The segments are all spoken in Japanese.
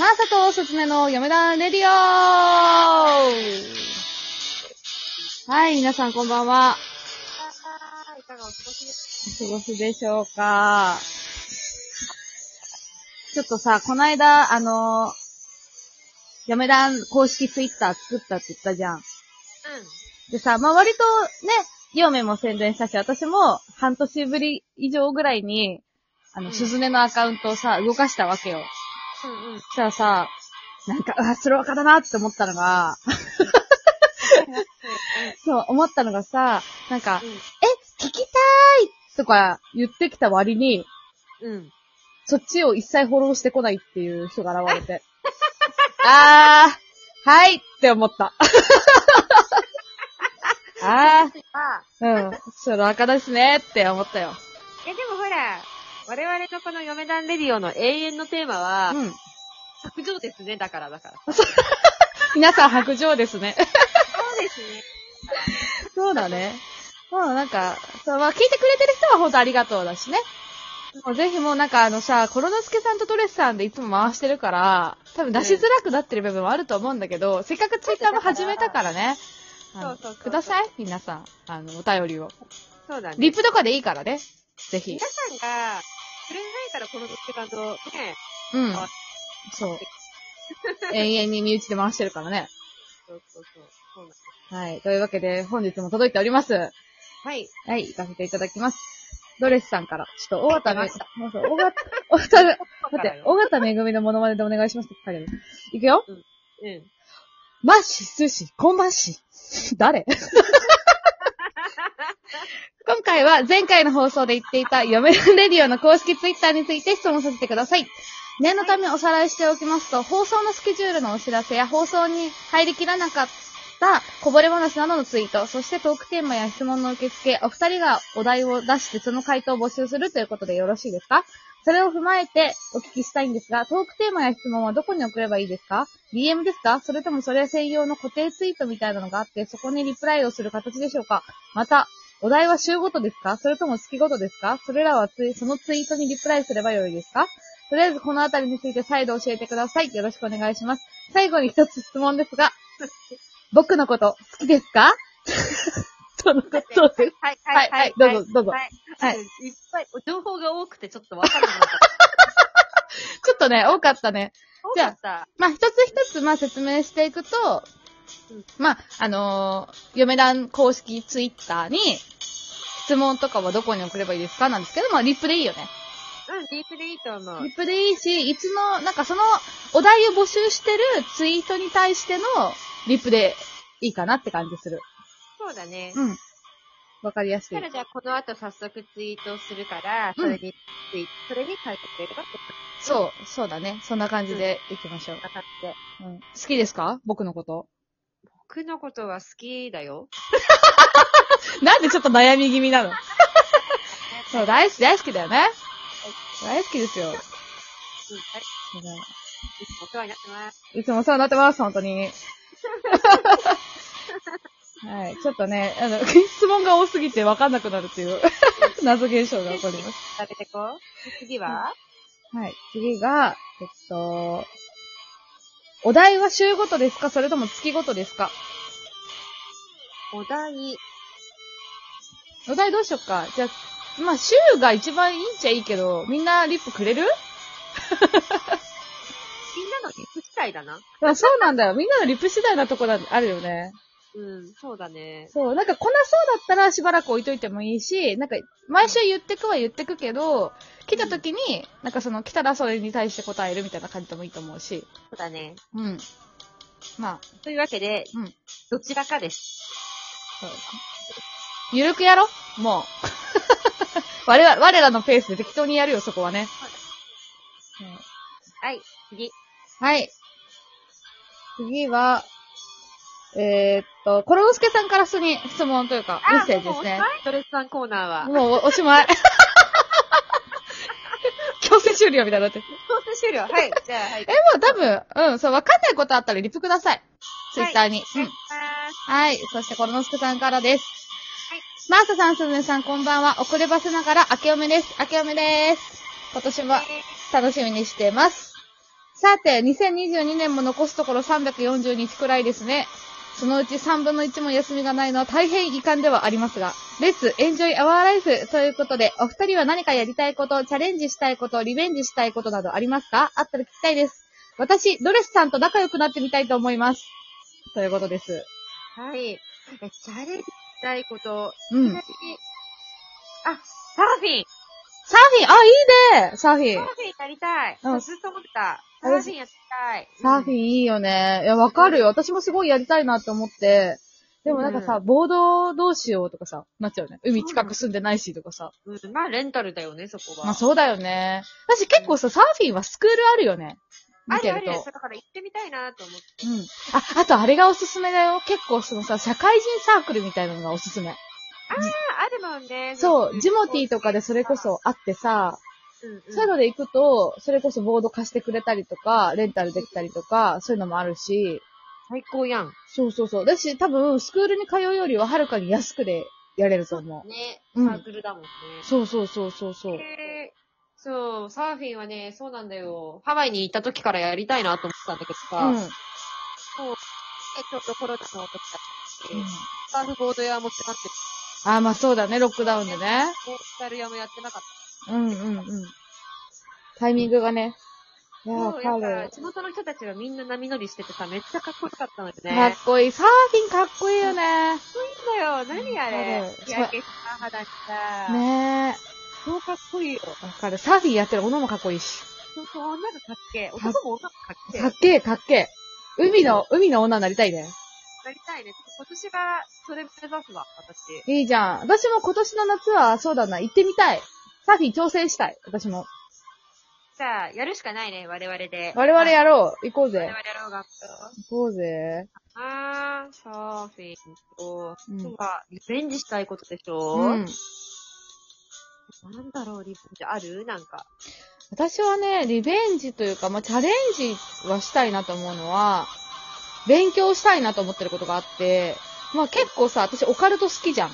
マーサとすずめの嫁団レディオはい、皆さんこんばんは。 いかがお過ごしお過ごしでしょうか。ちょっとさ、この間、嫁団公式ツイッター作ったって言ったじゃん。でさ、まあ、割とね、嫁も宣伝したし、私も半年ぶり以上ぐらいに、すずねのアカウントをさ、動かしたわけよ。そしたらさ、なんか、スローカだなって思ったのが、そう、思ったのがさ、なんか、聞きたーいとか言ってきた割に、そっちを一切フォローしてこないっていう人が現れて。はいって思った。スローカですねって思ったよ。 でもほら、我々のこの嫁団レディオの永遠のテーマは、白状ですね、だから。 皆さん白状ですね。 そうですね。 そうだね。もうなんか、そう、まあ聞いてくれてる人は本当ありがとうだしね。もうぜひもうなんかコロノスケさんとドレスさんでいつも回してるから、多分出しづらくなってる部分はあると思うんだけど、せっかくツイッターも始めたからね。ください皆さん。お便りを。 そうだね。 リップとかでいいからね。ぜひ。 皆さんが、くれないからコロノスケさんとね。 そう。永遠に身内で回してるからね。 そうなんです。 はい。というわけで、本日も届いております。 はい。 はい、行かせていただきます。ドレスさんから、ちょっと、尾形めぐみのモノマネでお願いしますって書いてある。いくよ。マッシ、スシ、コンマッシ。誰今回は前回の放送で言っていた嫁団レディオの公式ツイッターについて質問させてください。念のためおさらいしておきますと、放送のスケジュールのお知らせや放送に入りきらなかったこぼれ話などのツイート、そしてトークテーマや質問の受付、お二人がお題を出してその回答を募集するということでよろしいですか？それを踏まえてお聞きしたいんですが、トークテーマや質問はどこに送ればいいですか？ DM ですか？それともそれ専用の固定ツイートみたいなのがあって、そこにリプライをする形でしょうか？また、お題は週ごとですか？それとも月ごとですか？それらはそのツイートにリプライすればよいですか？とりあえずこのあたりについて再度教えてください。よろしくお願いします。最後に一つ質問ですが、僕のこと好きですか？そのことです。はい、どうぞ。 はい。いっぱい、情報が多くてちょっとわかんなかった。 ちょっとね、多かったね。 じゃあ、 まあ、一つ一つ、説明していくと、嫁団公式ツイッターに、質問とかはどこに送ればいいですかなんですけど、リップでいいよね。 リップでいいと思う。 リップでいいし、いつの、その、お題を募集してるツイートに対しての、リップでいいかなって感じする。 そうだね。 わかりやすい。 じゃあ、この後早速ツイートをするから、それに書いてくれればそうだね。そんな感じでいきましょう。 当たって。 好きですか？僕のこと。 僕のことは好きだよ。 なんでちょっと悩み気味なの？そう、大好きだよね。大好きですよ。 いつもお世話になってます。 いつもお世話になってます、本当に。はい、ちょっとね、質問が多すぎて分かんなくなるっていう謎現象が起こります。 食べてこう。次は？ はい、次が、お題は週ごとですか？それとも月ごとですか？ お題どうしよっか。じゃあ、週が一番いいっちゃいいけど、みんなリップくれる？ みんなのリップ次第だな。 そうなんだよ。みんなのリップ次第なとこあるよね。 そうだね。 そう、来なそうだったらしばらく置いといてもいいし、毎週言ってくけど、来た時に、来たらそれに対して答えるみたいな感じでもいいと思うし。 そうだね。 というわけで、どちらかです。 そうですね。ゆるくやろ？もう。我らのペースで適当にやるよ、そこはね。 はい、次。 はい。次は、コロノスケさんから質問というか、メッセージですね。 ドレスさんコーナーは。 もうおしまい。強制終了みたいになって。 強制終了。はい。じゃあ、はい。 もう多分、わかんないことあったらリプください。ツイッターに。はい。そしてコロノスケさんからです。はい。マーサさん、すずねさん、こんばんは。遅ればせながら、明けおめです。今年も楽しみにしてます。 さて、2022年も残すところ340日くらいですね。そのうち3分の1も休みがないのは大変遺憾ではありますが、Let's enjoy our life ということで、お二人は何かやりたいこと、チャレンジしたいこと、リベンジしたいことなどありますか？あったら聞きたいです。私、ドレスさんと仲良くなってみたいと思います。ということです。 はい。チャレンジしたいこと、 うん。 サーフィン。 サーフィン、あ、いいねサーフィン。 サーフィンやりたい。 うん、 ずっと思ってた。サーフィンやってたい。 サーフィンいいよね。いや、わかるよ。私もすごいやりたいなって思って。でもなんかさ、ボードどうしようとかさ、なっちゃうね。海近く住んでないしとかさ。 まあ、レンタルだよね、そこは。 まあそうだよね。私結構さ、サーフィンはスクールあるよね。 あるある。だから行ってみたいなと思って。 うん。あとあれがおすすめだよ。結構そのさ、社会人サークルみたいなのがおすすめ。 あるもんね。 そう、ジモティーとかでそれこそあってさ、そういうので行くと、それこそボード貸してくれたりとか、レンタルできたりとか、そういうのもあるし。 最高やん。 そうそうそう。だし、多分、スクールに通うよりははるかに安くでやれると思う。 ね。サークルだもんね。 そうそうそうそう。そう、 サーフィンはね、そうなんだよ。ハワイに行った時からやりたいなと思ってたんだけどさ。そう。ちょっとコロナの時だったし、サーフボード屋もってなってる。 ああ、まあそうだね、ロックダウンでね。 スタル屋もやってなかった。 タイミングがね。いや、 わかる。地元の人たちがみんな波乗りしててさ、めっちゃかっこよかったのよね。 かっこいい。サーフィンかっこいいよね。 かっこいいんだよ。何あれ。日焼けした肌にさ。 ねえ。 そうかっこいいよ。 わかる。サーフィンやってる女もかっこいいし。 そう、女がかっけえ。男も女もかっけえ。 かっけえ、かっけえ。海の女になりたいね。 なりたいね。今年は、それ目指すわ、私。 いいじゃん。私も今年の夏は、そうだな、行ってみたい。サーフィン挑戦したい。私も。 じゃあ、やるしかないね、我々で。 我々やろう。行こうぜ。 我々やろうが。行こうぜ。 サーフィンと、リベンジしたいことでしょ？なんだろう、リベンジある？なんか。 私はね、リベンジというか、チャレンジはしたいなと思うのは、勉強したいなと思ってることがあって、結構さ、私オカルト好きじゃん。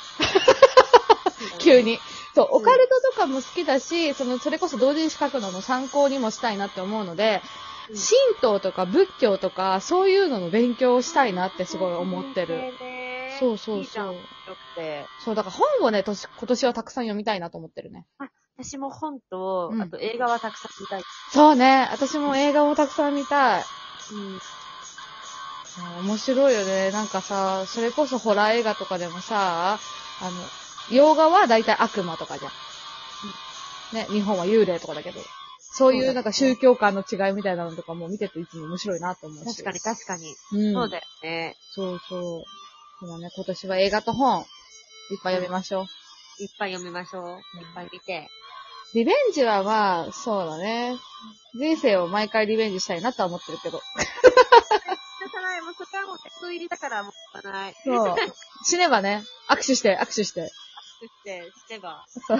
急に。そう、オカルトとかも好きだし、それこそ同人誌書くのの参考にもしたいなって思うので、神道とか仏教とか、そういうのの勉強をしたいなってすごい思ってる。そうそうそう。そう、だから本をね、今年はたくさん読みたいなと思ってるね。 私も本と、あと映画はたくさん見たい。 そうね、私も映画をたくさん見たい。面白いよね。なんかさ、それこそホラー映画とかでもさ、洋画は大体悪魔とかじゃん。ね、日本は幽霊とかだけど。そういうなんか宗教観の違いみたいなのとかも見てていつも面白いなと思うし。 確かに。そうだよね。 そう。そうだね、今年は映画と本、いっぱい読みましょう。 いっぱい読みましょう。いっぱい見て。 リベンジはそうだね。人生を毎回リベンジしたいなとは思ってるけど。 もうそこはもう手入りだからもうない。 そう。死ねばね、握手して。 死ねば。 そう。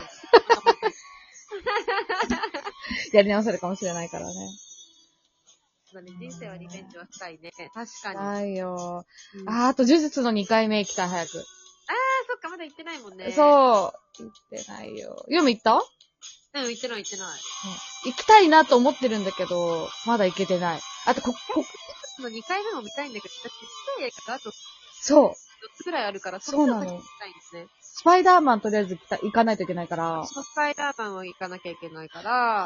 やり直せるかもしれないからね。 そうだね、人生はリベンジはしたいね。確かに。 ないよ。あと呪術の2回目行きたい、早く。 そっか、まだ行ってないもんね。 そう。行ってないよ。読む行った？ 行ってない。 行きたいなと思ってるんだけど、まだ行けてない。あと、 の2回目も見たいんだけど、あと、 そう。4 つくらいあるから、 そうなの。 見たいんですね。 スパイダーマンとりあえず行かないといけないから。 スパイダーマンは行かなきゃいけないから、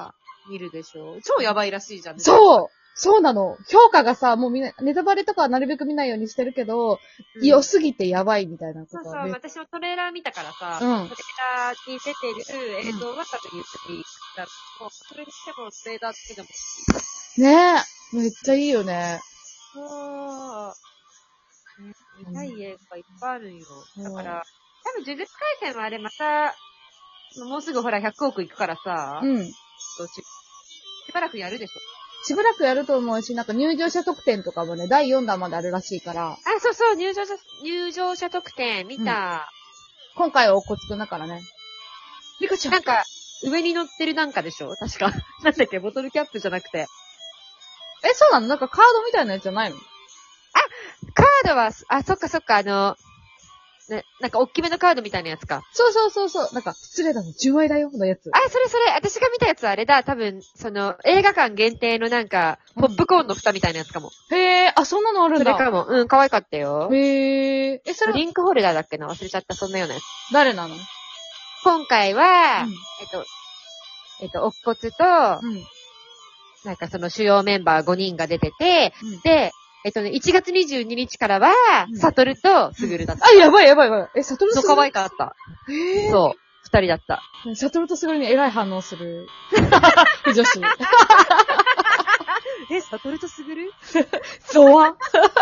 見るでしょ。超やばいらしいじゃん。 そうなの。評価がさ、もうみんな、ネタバレとかはなるべく見ないようにしてるけど、良すぎてやばいみたいなこと。 そう、私もトレーラー見たからさ、トレーラーに出てる映像は多分言っていいから、もうそれにしてもトレーラーだけでもいい。 ねえ、めっちゃいいよね。 見たい映画いっぱいあるんよ。だから、多分呪術廻戦はあれまた、もうすぐほら100億いくからさ、しばらくやるでしょ。 しばらくやると思うし、なんか入場者特典とかもね、第4弾まであるらしいから。 そう、入場者特典、見た。 今回はおっこつくんだからね。リカちゃん。 なんか、上に乗ってるなんかでしょ確か。なんだっけボトルキャップじゃなくて。 そうなの？なんかカードみたいなやつじゃないの？ カードは、そっか、 なんか大きめのカードみたいなやつか。 そうそうそうそう。なんか、失礼だぞ、10枚だよ、のやつ。 あ、それ、私が見たやつはあれだ。多分、映画館限定のなんか、ポップコーンの蓋みたいなやつかも。 へえ、あ、そんなのあるんだ。 それかも。うん、可愛かったよ。 へえ、それリンクホルダーだっけな忘れちゃった。そんなようなやつ。 誰なの？ 今回は、 うんおっこつと、 うん。 なんかその主要メンバー5人が出てて、 うんで、1月22日からはうん、 サトルとスグルだった。 あ、やばいやばいやばい。サトルとそう、可愛かった。 へえ。 そう、2人だった。 サトルとスグルに偉い反応する。女子。 サトルとスグルゾワ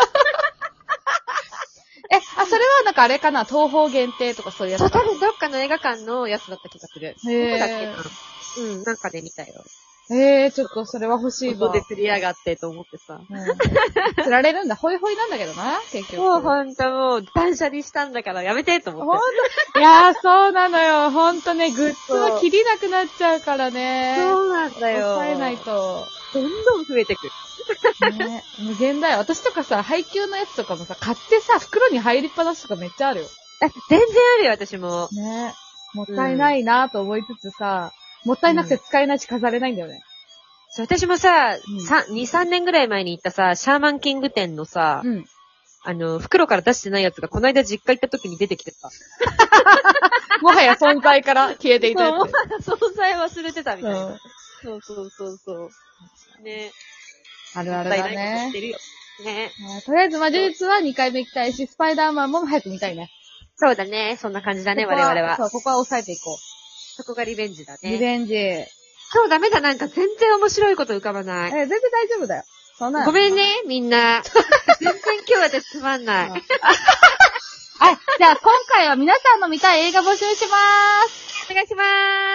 それはなんかあれかな、東宝限定とかそういうやつそう、 か多分どっかの映画館のやつだった気がする。 へどこだっけえ。 な。うん、なんかで見たよ。 ちょっとそれは欲しいわ。 外で釣りやがってと思ってさ。 釣られるんだ。ホイホイなんだけどな、結局。 もうほんともう断捨離したんだからやめてと思ほんって。 と、いやー、そうなのよ。ほんとね、グッズは切りなくなっちゃうからね。 そうなんだよ。 抑えないと。 どんどん増えてく。 ね、無限だよ。私とかさ、配給のやつとかもさ、買ってさ、袋に入りっぱなしとかめっちゃあるよ。 全然あるよ、私も。 ね。もったいないなと思いつつさ、もったいなくて使えないし飾れないんだよね。 そう、私もさ、 うん 2、3年ぐらい前に行ったさ、シャーマンキング店のさ、 うん。 袋から出してないやつがこの間実家行った時に出てきてさ。 もはや存在から消えていたやつ。 存在忘れてたみたいな。 うんそうそうそうそう。ね。 あるあるだもったいないことしね。 てるよ。ね。 とりあえず魔術は2回目行きたいし、スパイダーマンも早く見たいね。 そうだね。そんな感じだね、 ここは我々は。 そう、ここは抑えていこそこがリベンジだう。リね。 ベンジ。 今日ダメだ、なんか全然面白いこと浮かばない。 全然大丈夫だよ。そんなのごめんね、みんな。全然今日私つまんない。 はい。じゃあ今回は皆さんの見たい映画募集しまーす。 お願いしまーす。